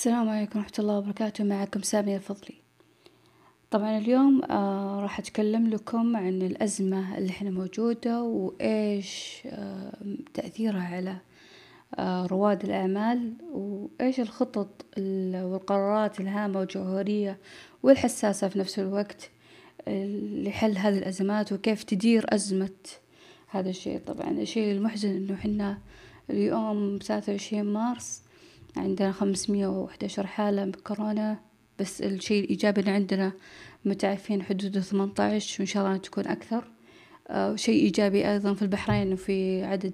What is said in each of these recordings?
السلام عليكم ورحمة الله وبركاته. معكم سامية الفضلي. طبعا اليوم راح أتكلم لكم عن الأزمة اللي احنا موجودة وإيش تأثيرها على رواد الأعمال، وإيش الخطط والقرارات الهامة والجوهرية والحساسة في نفس الوقت لحل هذه الأزمات، وكيف تدير أزمة هذا الشيء. طبعا الشيء المحزن إنه حنا اليوم 23 مارس عندنا 511 حالة بكورونا، بس الشيء الإيجابي إن عندنا متعافين حدود 18، وإن شاء الله تكون أكثر. شيء إيجابي أيضا في البحرين إنه في عدد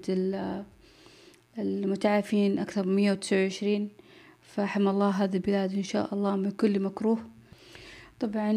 المتعافين أكثر من 129، فحمى الله هذه البلاد إن شاء الله من كل مكروه. طبعا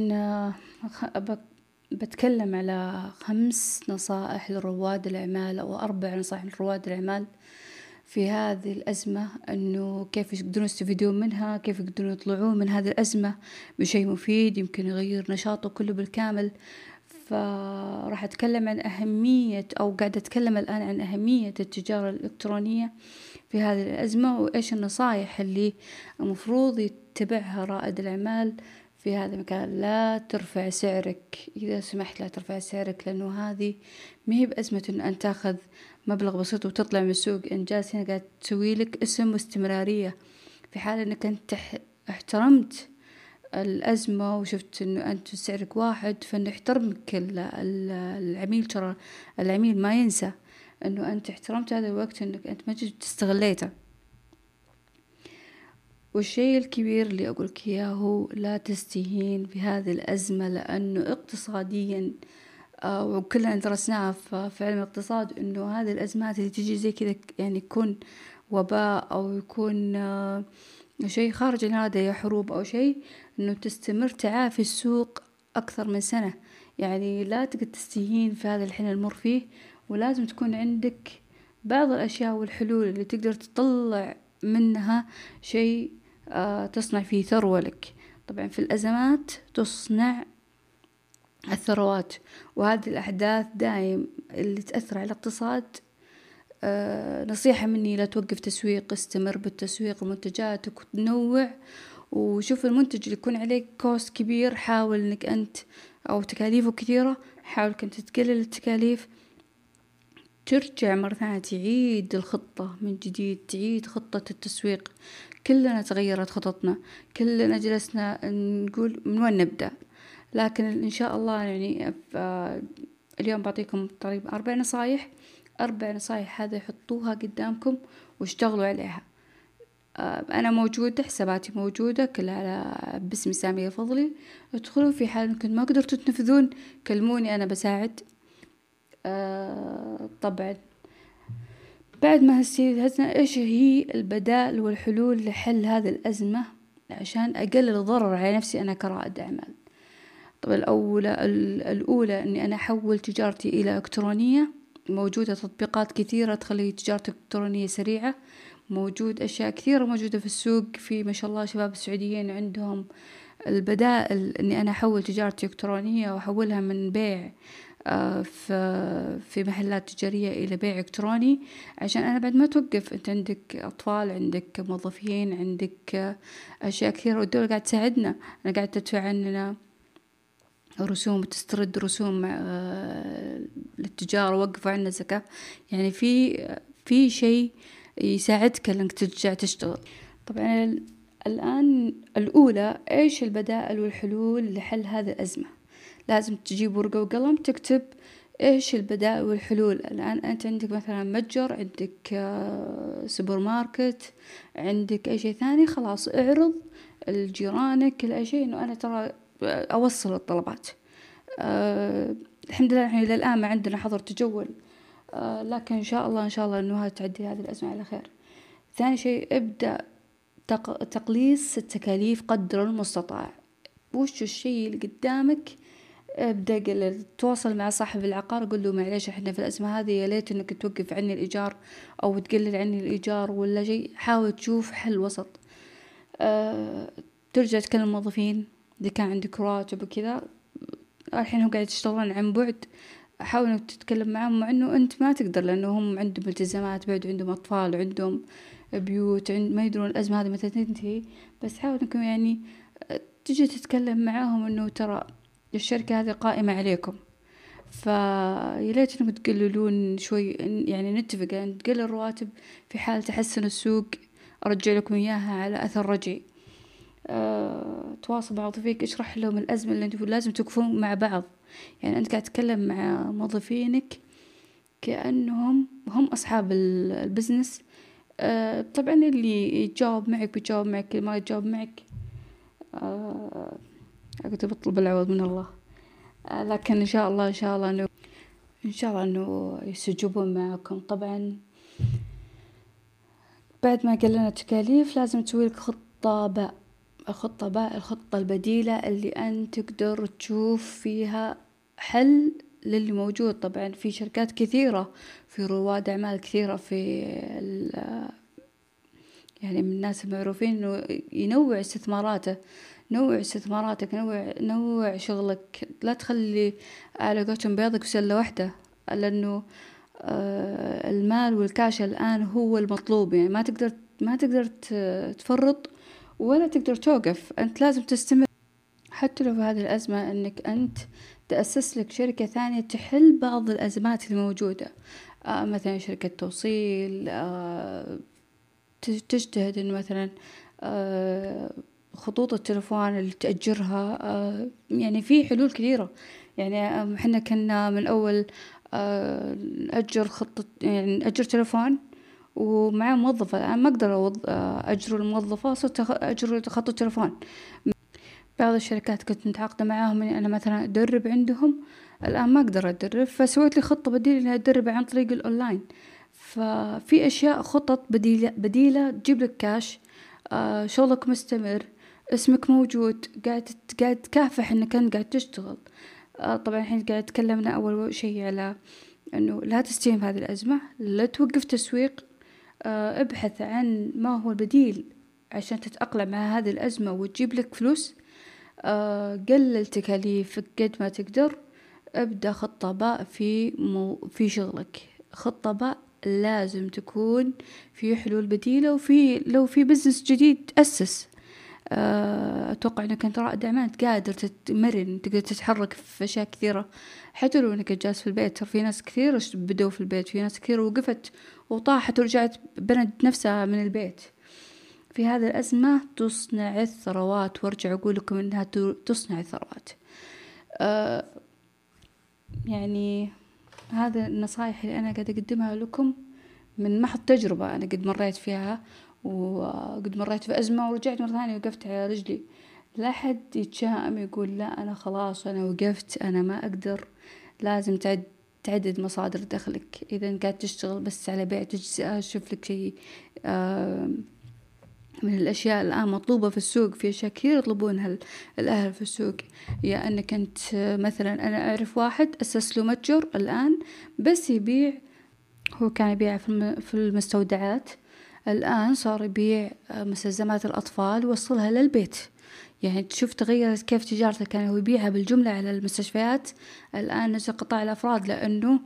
بتكلم على 5 نصائح لرواد الأعمال أو 4 نصائح لرواد الأعمال في هذه الأزمة، أنه كيف يقدرون يستفيدون منها، كيف يقدرون يطلعون من هذه الأزمة بشيء مفيد يمكن يغير نشاطه كله بالكامل. فراح أتكلم عن أهمية، أو قاعدة أتكلم الآن عن أهمية التجارة الإلكترونية في هذه الأزمة، وإيش النصائح اللي المفروض يتبعها رائد الأعمال في هذا المكان. لا ترفع سعرك، إذا سمحت لا ترفع سعرك، لأنه هذه ما هي بأزمة أن أنت تاخذ مبلغ بسيط وتطلع من السوق. أنت جالس هنا قاعد تسوي لك اسم واستمرارية. في حال أنك أنت احترمت الأزمة وشفت أنه أنت سعرك واحد، فإنه احترمك العميل. ترى العميل ما ينسى أنه أنت احترمت هذا الوقت، أنك أنت ما جيت استغليته. والشيء الكبير اللي أقولك إياه هو لا تستهين في هذه الأزمة، لأنه اقتصاديا وكلنا درسناها في علم الاقتصاد إنه هذه الأزمات اللي تجي زي كذا يعني يكون وباء أو يكون شيء خارج الإرادة، يا حروب أو شيء، إنه تستمر تعافي السوق أكثر من سنة. يعني لا تقدر تستهين في هذا الحين المر فيه، ولازم تكون عندك بعض الأشياء والحلول اللي تقدر تطلع منها شيء تصنع فيه ثروة لك. طبعا في الأزمات تصنع الثروات، وهذه الأحداث دائم اللي تأثر على الاقتصاد. نصيحة مني لا توقف تسويق، استمر بالتسويق منتجاتك وتنوع، وشوف المنتج اللي يكون عليك كوست كبير، حاول انك انت او تكاليفه كثيرة، حاول انت تقلل التكاليف، ترجع مرة ثانية تعيد الخطة من جديد، تعيد خطة التسويق. كلنا تغيرت خططنا، كلنا جلسنا نقول من وين نبدأ، لكن إن شاء الله يعني اليوم بعطيكم تقريبا 4 نصايح. 4 نصايح هذه حطوها قدامكم واشتغلوا عليها. أنا موجودة، حساباتي موجودة كلها على باسمي سامية الفضلي. ادخلوا، في حال أنكم ما قدرتوا تنفذون كلموني أنا بساعد. طبعا بعد ما هزنا إيش هي البدائل والحلول لحل هذه الأزمة عشان أقلل الضرر على نفسي أنا كرائد أعمال. طبعا الأولى أني أنا أحول تجارتي إلى إلكترونية. موجودة تطبيقات كثيرة تخلي تجارتك إلكترونية سريعة، موجود أشياء كثيرة موجودة في السوق. في ما شاء الله شباب السعوديين عندهم البدائل أني أنا أحول تجارتي إلكترونية وأحولها من بيع في محلات تجارية إلى بيع إلكتروني، عشان أنا بعد ما توقف. أنت عندك أطفال، عندك موظفين، عندك أشياء كثيرة، والدولة قاعد تساعدنا. أنا قاعد تدفع عننا رسوم، تسترد رسوم للتجارة، وقفوا عنا زكاة. يعني في شيء يساعدك انك ترجع تشتغل. طبعا الآن الأولى إيش البدائل والحلول لحل هذه الأزمة. لازم تجيب ورقة وقلم تكتب إيش البدائل والحلول. الآن أنت عندك مثلا متجر، عندك سوبر ماركت، عندك أي شيء ثاني، خلاص اعرض لجيرانك الأي شيء إنه أنا ترى أوصل الطلبات. الحمد لله إحنا إلى الآن ما عندنا حظر تجول، لكن إن شاء الله إنه تعدي هذه الأزمة على خير. ثاني شيء ابدأ تقليص التكاليف قدر المستطاع. وش الشيء اللي قدامك ابدأ قلل. تواصل مع صاحب العقار، قل له معليش احنا في الأزمة هذه يا ليت انك توقف عني الإيجار أو تقلل عني الإيجار ولا شيء. حاول تشوف حل وسط. ترجع تكلم الموظفين إذا كان عندك راتب وكذا. الحين هم قاعد يشتغلون عن بعد، حاول انك تتكلم معهم، مع انه انت ما تقدر لانه هم عندهم التزامات بعد، عندهم اطفال، عندهم بيوت ما يدرون الأزمة هذه متى تنتهي. بس حاول انكم يعني تجي تتكلم معاهم انه ترى الشركة هذه قائمة عليكم، فيليت انكم تقللون شوي، يعني نتفق يعني تقلل الرواتب في حال تحسن السوق، ارجع لكم اياها على اثر رجعي. تواصل مع موظفيك، اشرح لهم الأزمة اللي انتم لازم توقفون مع بعض. يعني انت قاعد تتكلم مع موظفينك كأنهم هم أصحاب البزنس. طبعا اللي يتجاوب معك بيجاوب معك، اللي ما يتجاوب معك أقدر بطلب العوض من الله. لكن إن شاء الله إنه يستجوبون معكم. طبعا بعد ما قلنا التكاليف لازم تسوي لك خطة باء. الخطة البديلة اللي أنت تقدر تشوف فيها حل للي موجود. طبعا في شركات كثيرة، في رواد أعمال كثيرة، في يعني من الناس المعروفين إنه ينوع استثماراتك، نوع شغلك، لا تخلي على قولتهم بيضك بسلة واحدة، لأنه المال والكاش الآن هو المطلوب. يعني ما تقدر تفرط ولا تقدر توقف، أنت لازم تستمر حتى لو في هذه الأزمة، أنك أنت تأسس لك شركة ثانية تحل بعض الأزمات الموجودة. مثلا شركة توصيل، تجتهد إنه مثلا خطوط التلفون اللي تأجرها. يعني في حلول كثيرة. يعني احنا كنا من أول نأجر يعني نأجر تلفون ومعاه موظفة. الآن ما أقدر أجر الموظفة، صرت أجر خط التلفون. بعض الشركات كنت متعاقدة معاهم إني أنا مثلا أدرب عندهم، الآن ما أقدر أدرب، فسويت لي خطة بديلة إني أدرب عن طريق الأونلاين. ففي أشياء، خطط بديلة تجيب لك كاش، شغلك مستمر، اسمك موجود، قاعد تكافح إنك أنت قاعد تشتغل. طبعا الحين قاعد تكلمنا أول شيء على إنه لا تستهين في هذه الأزمة، لا توقف تسويق، ابحث عن ما هو البديل عشان تتأقلم مع هذه الأزمة وتجيب لك فلوس. قلل تكاليفك قد ما تقدر. ابدأ خطة باء في شغلك. خطة باء لازم تكون في حلول بديلة، لو في بزنس جديد تأسس. أتوقع أنك أنت رائد أعمال قادر تمرن، تقدر تتحرك في أشياء كثيرة حتى لو أنك جالس في البيت. في ناس كثير بدوا في البيت، في ناس كثير وقفت وطاحت ورجعت بنت نفسها من البيت. في هذه الأزمة تصنع الثروات، وارجع أقول لكم أنها تصنع الثروات. يعني هذا النصائح اللي أنا قاعدة أقدمها لكم من محض تجربة أنا قد مريت فيها، وقد مريت في أزمة ورجعت مرة ثانية وقفت على رجلي. لا حد يتشائم يقول لا أنا خلاص أنا وقفت، أنا ما أقدر. لازم تعدد مصادر دخلك. إذا قاعد تشتغل بس على بيع تجزئة، شوف لك شيء. من الأشياء الآن مطلوبة في السوق، في أشياء كثير يطلبونها الأهل في السوق. يا أنك أنت مثلا، أنا أعرف واحد أسس له متجر الآن، بس يبيع. هو كان يبيع في المستودعات، الآن صار يبيع مستلزمات الأطفال وصلها للبيت. يعني تشوف تغيرت كيف تجارته. كان هو يبيعها بالجملة على المستشفيات، الآن نزل قطاع الأفراد، لأنه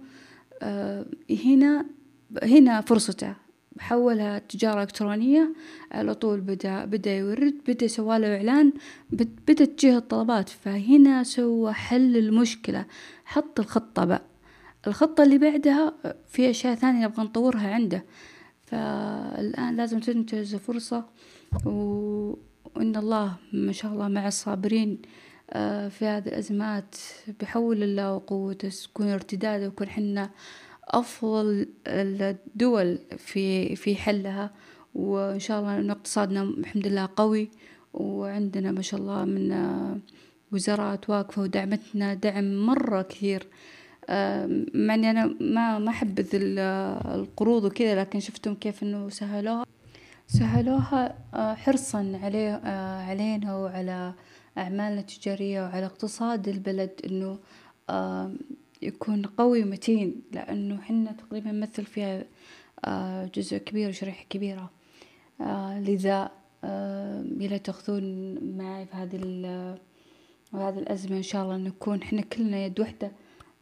هنا فرصته. حولها تجارة إلكترونية على طول. بدأ يورد، بدأ سواله إعلان، بدأت تجيه الطلبات. فهنا سوى حل المشكلة، حط الخطة بقى. الخطة اللي بعدها في أشياء ثانية نبغى نطورها عنده. فالآن لازم تنتهز فرصة، وإن الله ما شاء الله مع الصابرين. في هذه الأزمات بحول الله وقوته تكون ارتداد، ويكون حنا أفضل الدول في حلها. وإن شاء الله إن اقتصادنا الحمد لله قوي، وعندنا ما شاء الله من وزارات واقفة ودعمتنا دعم مرة كثير. مع إني أنا ما أحبذ القروض وكذا، لكن شفتم كيف إنه سهلوها حرصا علينا وعلى أعمالنا التجارية وعلى اقتصاد البلد، إنه يكون قوي ومتين، لأنه حنا تقريبا نمثل فيها جزء كبير وشريحة كبيرة. لذا يلا تأخذون معي في هذه الأزمة. إن شاء الله نكون حنا كلنا يد واحدة،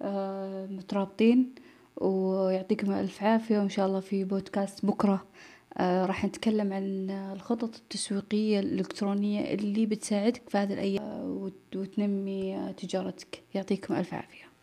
مترابطين. ويعطيكم ألف عافية، وإن شاء الله في بودكاست بكرة راح نتكلم عن الخطط التسويقية الإلكترونية اللي بتساعدك في هذه الأيام وتنمي تجارتك. يعطيكم ألف عافية.